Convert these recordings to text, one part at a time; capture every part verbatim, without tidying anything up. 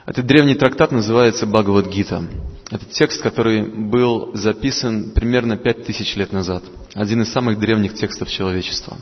Этот древний трактат называется Бхагавад-гита. Это текст, который был записан примерно пять тысяч лет назад. Один из самых древних текстов человечества.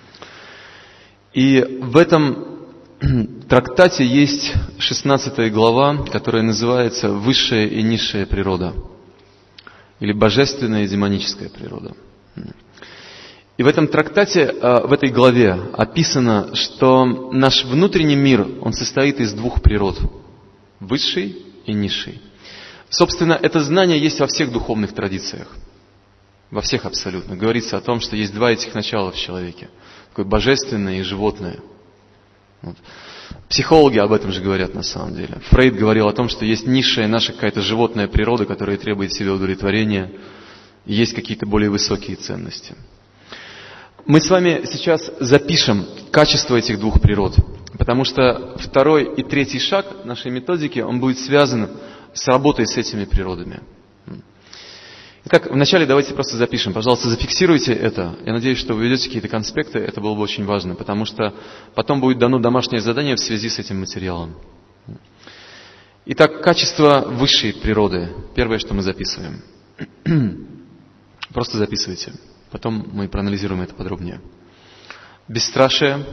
И в этом трактате есть шестнадцатая глава, которая называется «Высшая и низшая природа». Или «Божественная и демоническая природа». И в этом трактате, в этой главе описано, что наш внутренний мир, он состоит из двух природ. Высшей и низшей. Собственно, это знание есть во всех духовных традициях. Во всех абсолютно. Говорится о том, что есть два этих начала в человеке. Такое божественное и животное. Вот. Психологи об этом же говорят на самом деле. Фрейд говорил о том, что есть низшая наша какая-то животная природа, которая требует себе удовлетворения. И есть какие-то более высокие ценности. Мы с вами сейчас запишем качество этих двух природ. Потому что второй и третий шаг нашей методики, он будет связан с работой с этими природами. Итак, вначале давайте просто запишем. Пожалуйста, зафиксируйте это. Я надеюсь, что вы ведете какие-то конспекты. Это было бы очень важно, потому что потом будет дано домашнее задание в связи с этим материалом. Итак, качество высшей природы. Первое, что мы записываем. Просто записывайте. Потом мы проанализируем это подробнее. Бесстрашие.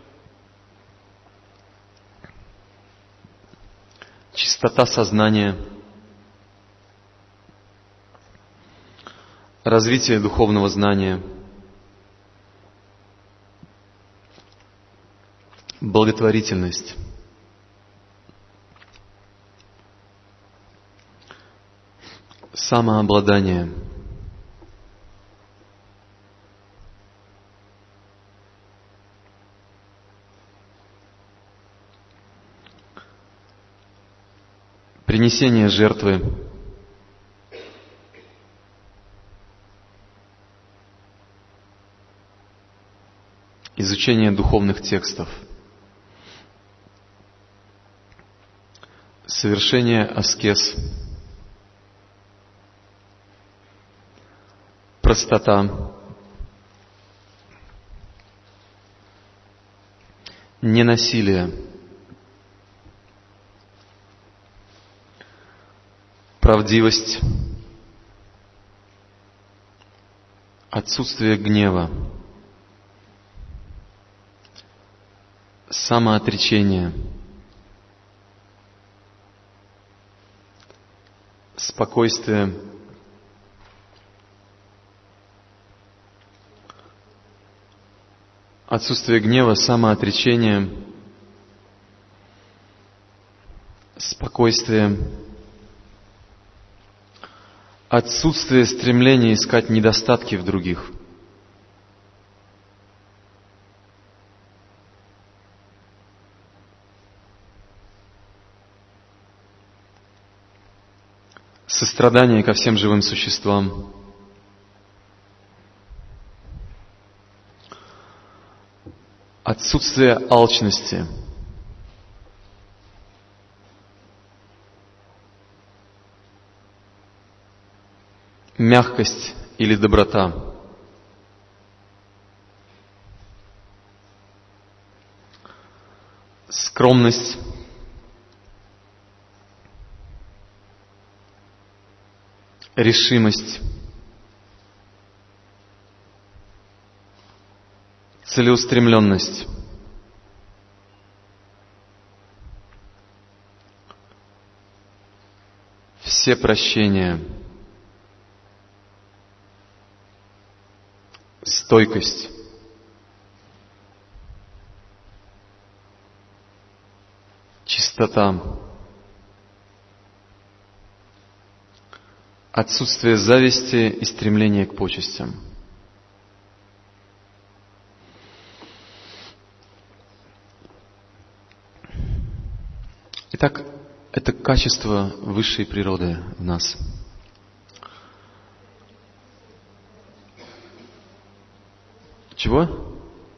Чистота сознания. Развитие духовного знания. Благотворительность. Самообладание. Принесение жертвы. Изучение духовных текстов. Совершение аскез. Простота. Ненасилие. Правдивость. Отсутствие гнева. Самоотречение. Спокойствие. Отсутствие гнева, самоотречение. Спокойствие. Отсутствие стремления искать недостатки в других. Сострадание ко всем живым существам. Отсутствие алчности. Мягкость или доброта. Скромность. Решимость. Целеустремленность. Все прощения. Стойкость. Чистота. Отсутствие зависти и стремление к почестям. Итак, это качество высшей природы в нас. Чего?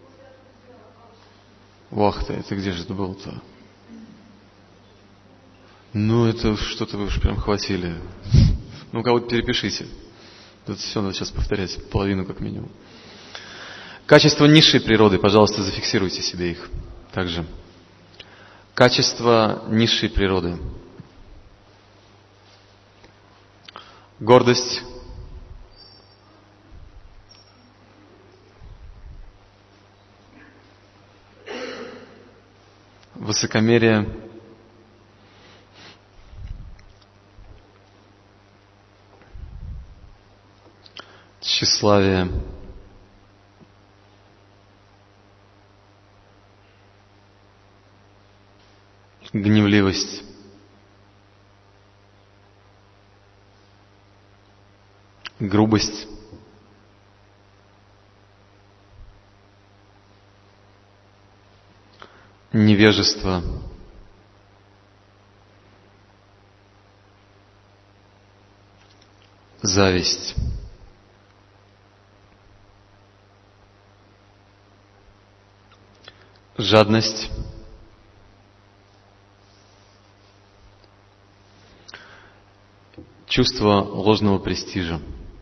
Вахта, это где же это было-то? Ну, это что-то вы уж прям хватили. Ну, кого-то перепишите. Тут все надо сейчас повторять, половину как минимум. Качество низшей природы, пожалуйста, зафиксируйте себе их также. Качество низшей природы. Гордость. Высокомерие. Тщеславие. Гневливость. Грубость. Невежество. Зависть. Жадность. Чувство ложного престижа.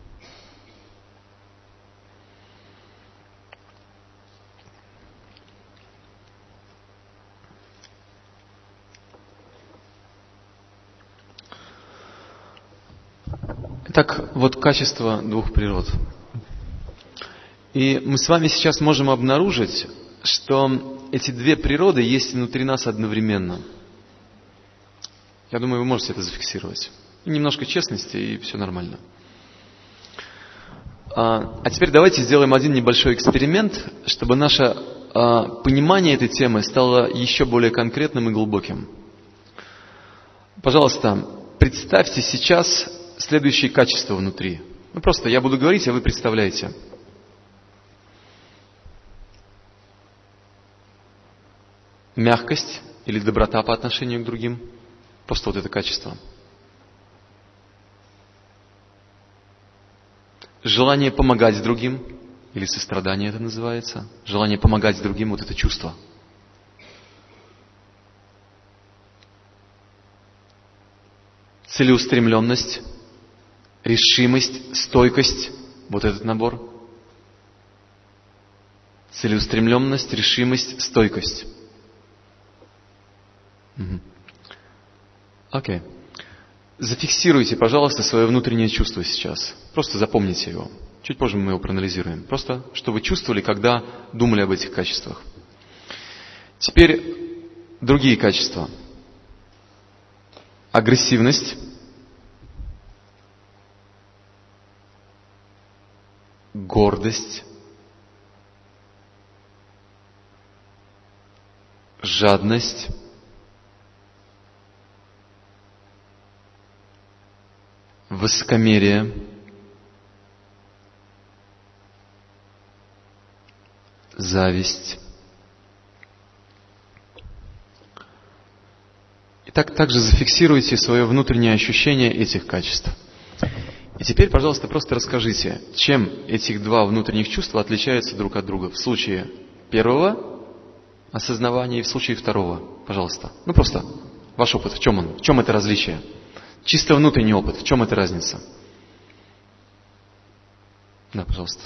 Итак, вот качество двух природ. И мы с вами сейчас можем обнаружить, что эти две природы есть внутри нас одновременно. Я думаю, вы можете это зафиксировать. И немножко честности, и все нормально. А, а теперь давайте сделаем один небольшой эксперимент, чтобы наше а, понимание этой темы стало еще более конкретным и глубоким. Пожалуйста, представьте сейчас следующие качества внутри. Ну просто я буду говорить, а вы представляете. Мягкость или доброта по отношению к другим. Просто вот это качество. Желание помогать другим, или сострадание это называется. Желание помогать другим, вот это чувство. Целеустремленность, решимость, стойкость, вот этот набор. Целеустремленность, решимость, стойкость. Окей. Okay. Зафиксируйте, пожалуйста, свое внутреннее чувство сейчас. Просто запомните его. Чуть позже мы его проанализируем. Просто, что вы чувствовали, когда думали об этих качествах. Теперь другие качества. Агрессивность. Гордость. Жадность. Высокомерие. Зависть. Итак, также зафиксируйте свое внутреннее ощущение этих качеств. И теперь, пожалуйста, просто расскажите, чем этих два внутренних чувства отличаются друг от друга в случае первого осознавания и в случае второго. Пожалуйста. Ну просто ваш опыт, в чем он? В чем это различие? Чисто внутренний опыт. В чем эта разница? Да, пожалуйста.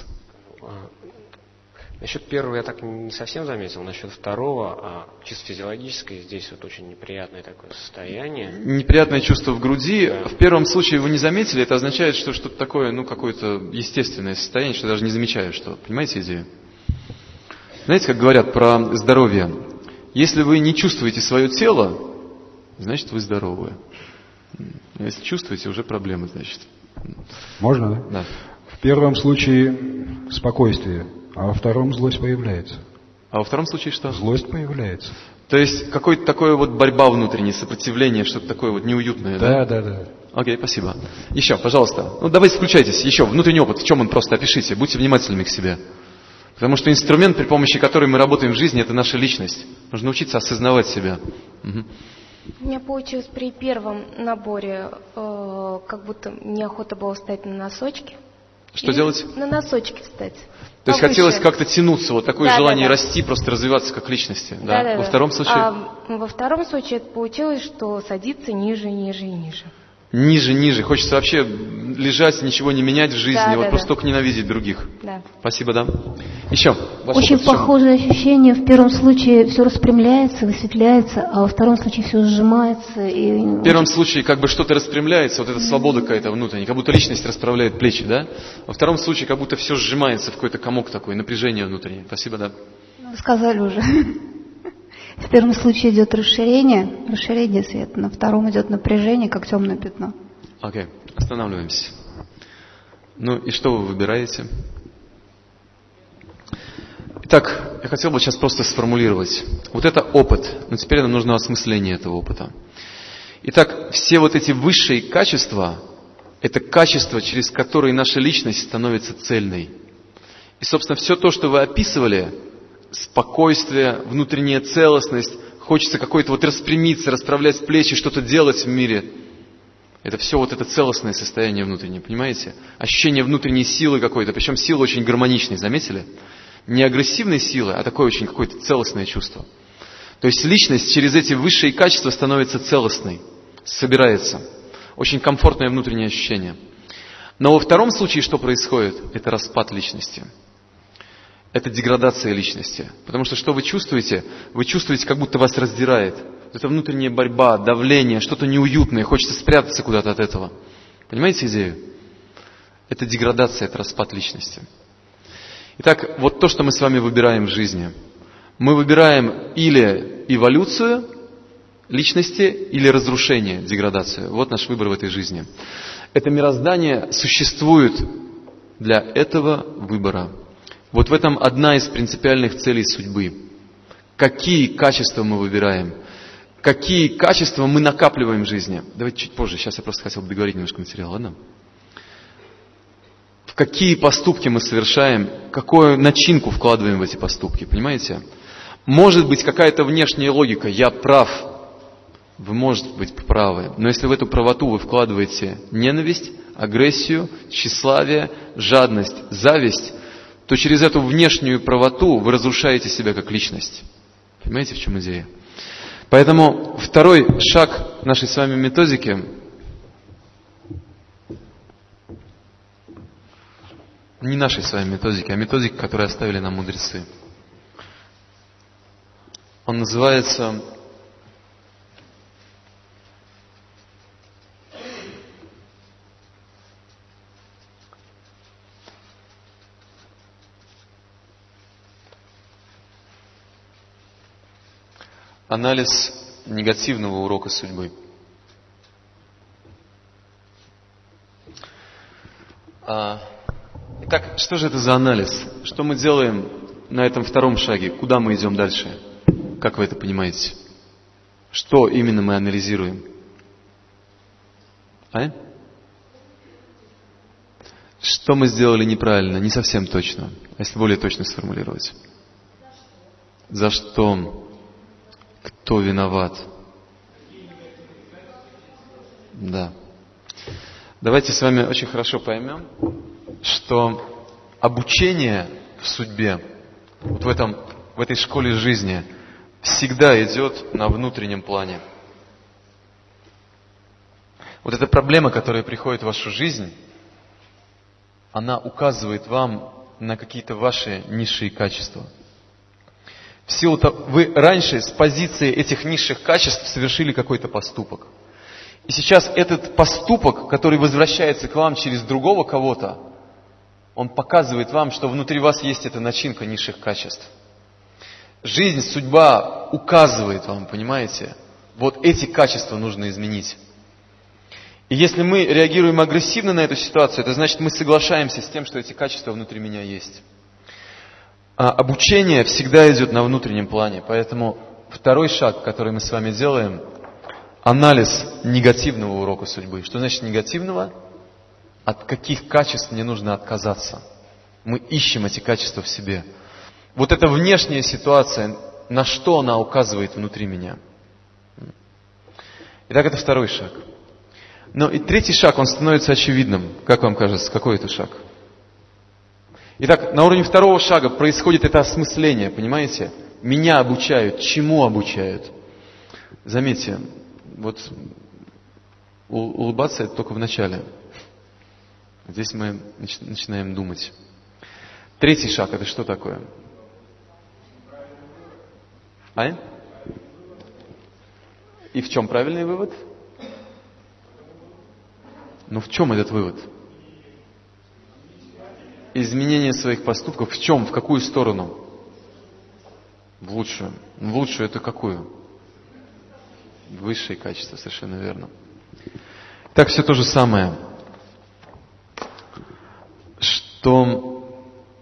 Насчет первого я так не совсем заметил. Насчет второго, а чисто физиологическое, здесь вот очень неприятное такое состояние. Неприятное чувство в груди. Да. В первом случае вы не заметили, это означает, что что-то такое, ну, какое-то естественное состояние, что даже не замечаю, что. Понимаете идею? Знаете, как говорят про здоровье? Если вы не чувствуете свое тело, значит, вы здоровы. Если чувствуете, уже проблемы, значит. Можно, да? Да. В первом случае спокойствие, а во втором злость появляется. А во втором случае что? Злость появляется. То есть какое-то такое вот борьба внутренняя, сопротивление, что-то такое вот неуютное, да? Да, да, да. Окей, спасибо. Еще, пожалуйста. Ну, давайте включайтесь. Еще, внутренний опыт. В чем он? Просто опишите. Будьте внимательными к себе. Потому что инструмент, при помощи которого мы работаем в жизни, это наша личность. Нужно учиться осознавать себя. Угу. У меня получилось при первом наборе, э, как будто неохота было встать на носочки. Что И делать? На носочки встать. То есть Повыше. хотелось как-то тянуться, вот такое Да, желание да, да. расти, просто развиваться как личности. Да? Да, да, Во да. втором случае? А во втором случае это получилось, что садиться ниже, ниже и ниже. ниже, ниже. Хочется вообще лежать, ничего не менять в жизни, Да, вот да, просто да. только ненавидеть других. Да. Спасибо, да. Еще. Ваш Очень опыт в чем? похожее ощущение. В первом случае все распрямляется, высветляется, а во втором случае все сжимается. И... В первом случае как бы что-то распрямляется, вот эта свобода какая-то внутренняя, как будто личность расправляет плечи, да? Во втором случае как будто все сжимается в какой-то комок такой, напряжение внутреннее. Спасибо, да. Вы сказали уже. В первом случае идет расширение, расширение света, на втором идет напряжение, как темное пятно. Окей, okay. Останавливаемся. Ну и что вы выбираете? Итак, я хотел бы сейчас просто сформулировать. Вот это опыт, но теперь нам нужно осмысление этого опыта. Итак, все вот эти высшие качества, это качества, через которые наша личность становится цельной. И, собственно, все то, что вы описывали, спокойствие, внутренняя целостность, хочется какой-то вот распрямиться, расправлять плечи, что-то делать в мире. Это все вот это целостное состояние внутреннее, понимаете? Ощущение внутренней силы какой-то, причем сила очень гармоничной, заметили? Не агрессивной силы, а такое очень какое-то целостное чувство. То есть личность через эти высшие качества становится целостной, собирается. Очень комфортное внутреннее ощущение. Но во втором случае что происходит? Это распад личности. Это деградация личности. Потому что что вы чувствуете? Вы чувствуете, как будто вас раздирает. Это внутренняя борьба, давление, что-то неуютное, хочется спрятаться куда-то от этого. Понимаете идею? Это деградация, это распад личности. Итак, вот то, что мы с вами выбираем в жизни. Мы выбираем или эволюцию личности, или разрушение, деградацию. Вот наш выбор в этой жизни. Это мироздание существует для этого выбора. Вот в этом одна из принципиальных целей судьбы. Какие качества мы выбираем? Какие качества мы накапливаем в жизни? Давайте чуть позже, сейчас я просто хотел бы договорить немножко материал, ладно? В какие поступки мы совершаем, какую начинку вкладываем в эти поступки, понимаете? Может быть какая-то внешняя логика, я прав, вы можете быть правы, но если в эту правоту вы вкладываете ненависть, агрессию, тщеславие, жадность, зависть, то через эту внешнюю правоту вы разрушаете себя как личность. Понимаете, в чем идея? Поэтому второй шаг нашей с вами методики не нашей с вами методики, а методики, которую оставили нам мудрецы. Он называется анализ негативного урока судьбы. А, итак, что же это за анализ? Что мы делаем на этом втором шаге? Куда мы идем дальше? Как вы это понимаете? Что именно мы анализируем? А? Что мы сделали неправильно? Не совсем точно. А если более точно сформулировать? За что? Кто виноват? Да. Давайте с вами очень хорошо поймем, что обучение в судьбе, вот в, этом, в этой школе жизни, всегда идет на внутреннем плане. Вот эта проблема, которая приходит в вашу жизнь, она указывает вам на какие-то ваши низшие качества. В силу того, вы раньше с позиции этих низших качеств совершили какой-то поступок. И сейчас этот поступок, который возвращается к вам через другого кого-то, он показывает вам, что внутри вас есть эта начинка низших качеств. Жизнь, судьба указывает вам, понимаете? Вот эти качества нужно изменить. И если мы реагируем агрессивно на эту ситуацию, это значит, мы соглашаемся с тем, что эти качества внутри меня есть. А обучение всегда идет на внутреннем плане. Поэтому второй шаг, который мы с вами делаем, анализ негативного урока судьбы. Что значит негативного? От каких качеств мне нужно отказаться? Мы ищем эти качества в себе. Вот эта внешняя ситуация, на что она указывает внутри меня? Итак, это второй шаг. Но и третий шаг, он становится очевидным. Как вам кажется, какой это шаг? Итак, на уровне второго шага происходит это осмысление, понимаете? Меня обучают. Чему обучают? Заметьте, вот Улыбаться это только в начале. Здесь мы начинаем думать. Третий шаг это что такое? А? И в чем правильный вывод? Ну в чем этот вывод? Изменение своих поступков в чем? В какую сторону? В лучшую. В лучшую это какую? Высшие качества, совершенно верно. Так все то же самое, что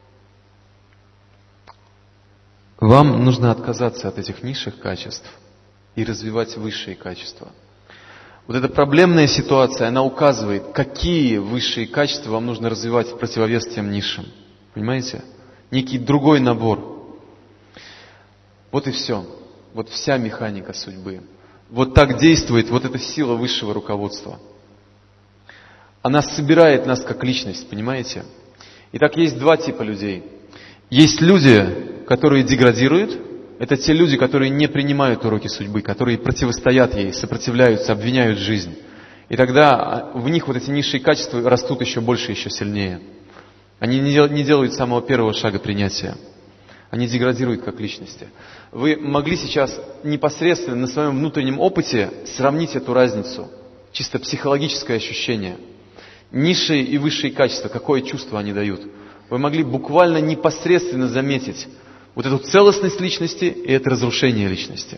вам нужно отказаться от этих низших качеств и развивать высшие качества. Вот эта проблемная ситуация, она указывает, какие высшие качества вам нужно развивать в противовес тем низшим. Понимаете? Некий другой набор. Вот и все. Вот вся механика судьбы. Вот так действует вот эта сила высшего руководства. Она собирает нас как личность, понимаете? Итак, есть два типа людей. Есть люди, которые деградируют. Это те люди, которые не принимают уроки судьбы, которые противостоят ей, сопротивляются, обвиняют жизнь. И тогда в них вот эти низшие качества растут еще больше, еще сильнее. Они не делают самого первого шага принятия. Они деградируют как личности. Вы могли сейчас непосредственно на своем внутреннем опыте сравнить эту разницу. Чисто психологическое ощущение. Низшие и высшие качества, какое чувство они дают. Вы могли буквально непосредственно заметить вот эту целостность личности и это разрушение личности.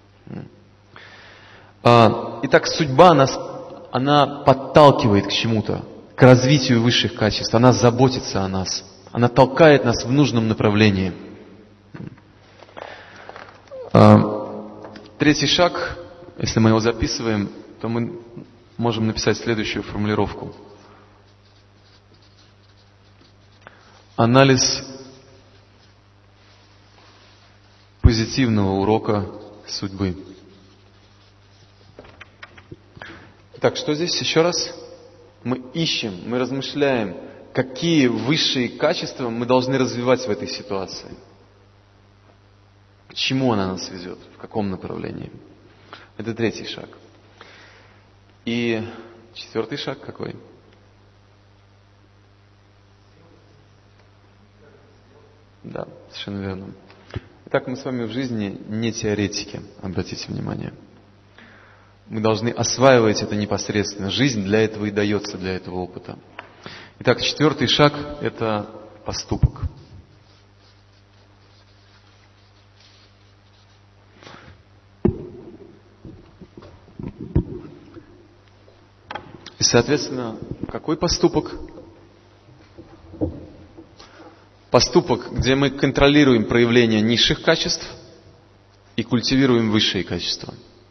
Итак, судьба нас, она подталкивает к чему-то, к развитию высших качеств. Она заботится о нас. Она толкает нас в нужном направлении. Третий шаг, если мы его записываем, то мы можем написать следующую формулировку. Анализ позитивного урока судьбы. Итак, что здесь еще раз? Мы ищем, мы размышляем, какие высшие качества мы должны развивать в этой ситуации. К чему она нас ведет, в каком направлении. Это третий шаг. И четвертый шаг какой? Да, совершенно верно. Итак, мы с вами в жизни не теоретики, обратите внимание. Мы должны осваивать это непосредственно. Жизнь для этого и дается, для этого опыта. Итак, четвертый шаг – это поступок. И, соответственно, какой поступок? Поступок, где мы контролируем проявление низших качеств и культивируем высшие качества.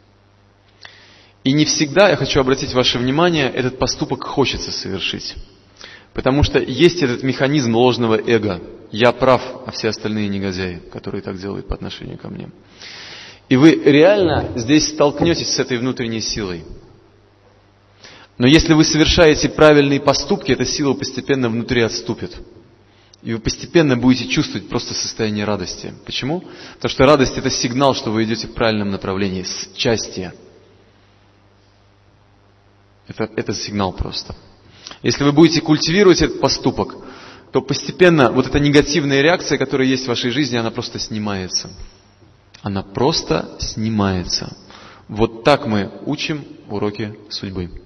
И не всегда, я хочу обратить ваше внимание, этот поступок хочется совершить. Потому что есть этот механизм ложного эго. Я прав, а все остальные негодяи, которые так делают по отношению ко мне. И вы реально здесь столкнетесь с этой внутренней силой. Но если вы совершаете правильные поступки, эта сила постепенно внутри отступит. И вы постепенно будете чувствовать просто состояние радости. Почему? Потому что радость – это сигнал, что вы идете в правильном направлении, счастье. Это, это сигнал просто. Если вы будете культивировать этот поступок, то постепенно вот эта негативная реакция, которая есть в вашей жизни, она просто снимается. Она просто снимается. Вот так мы учим уроки судьбы.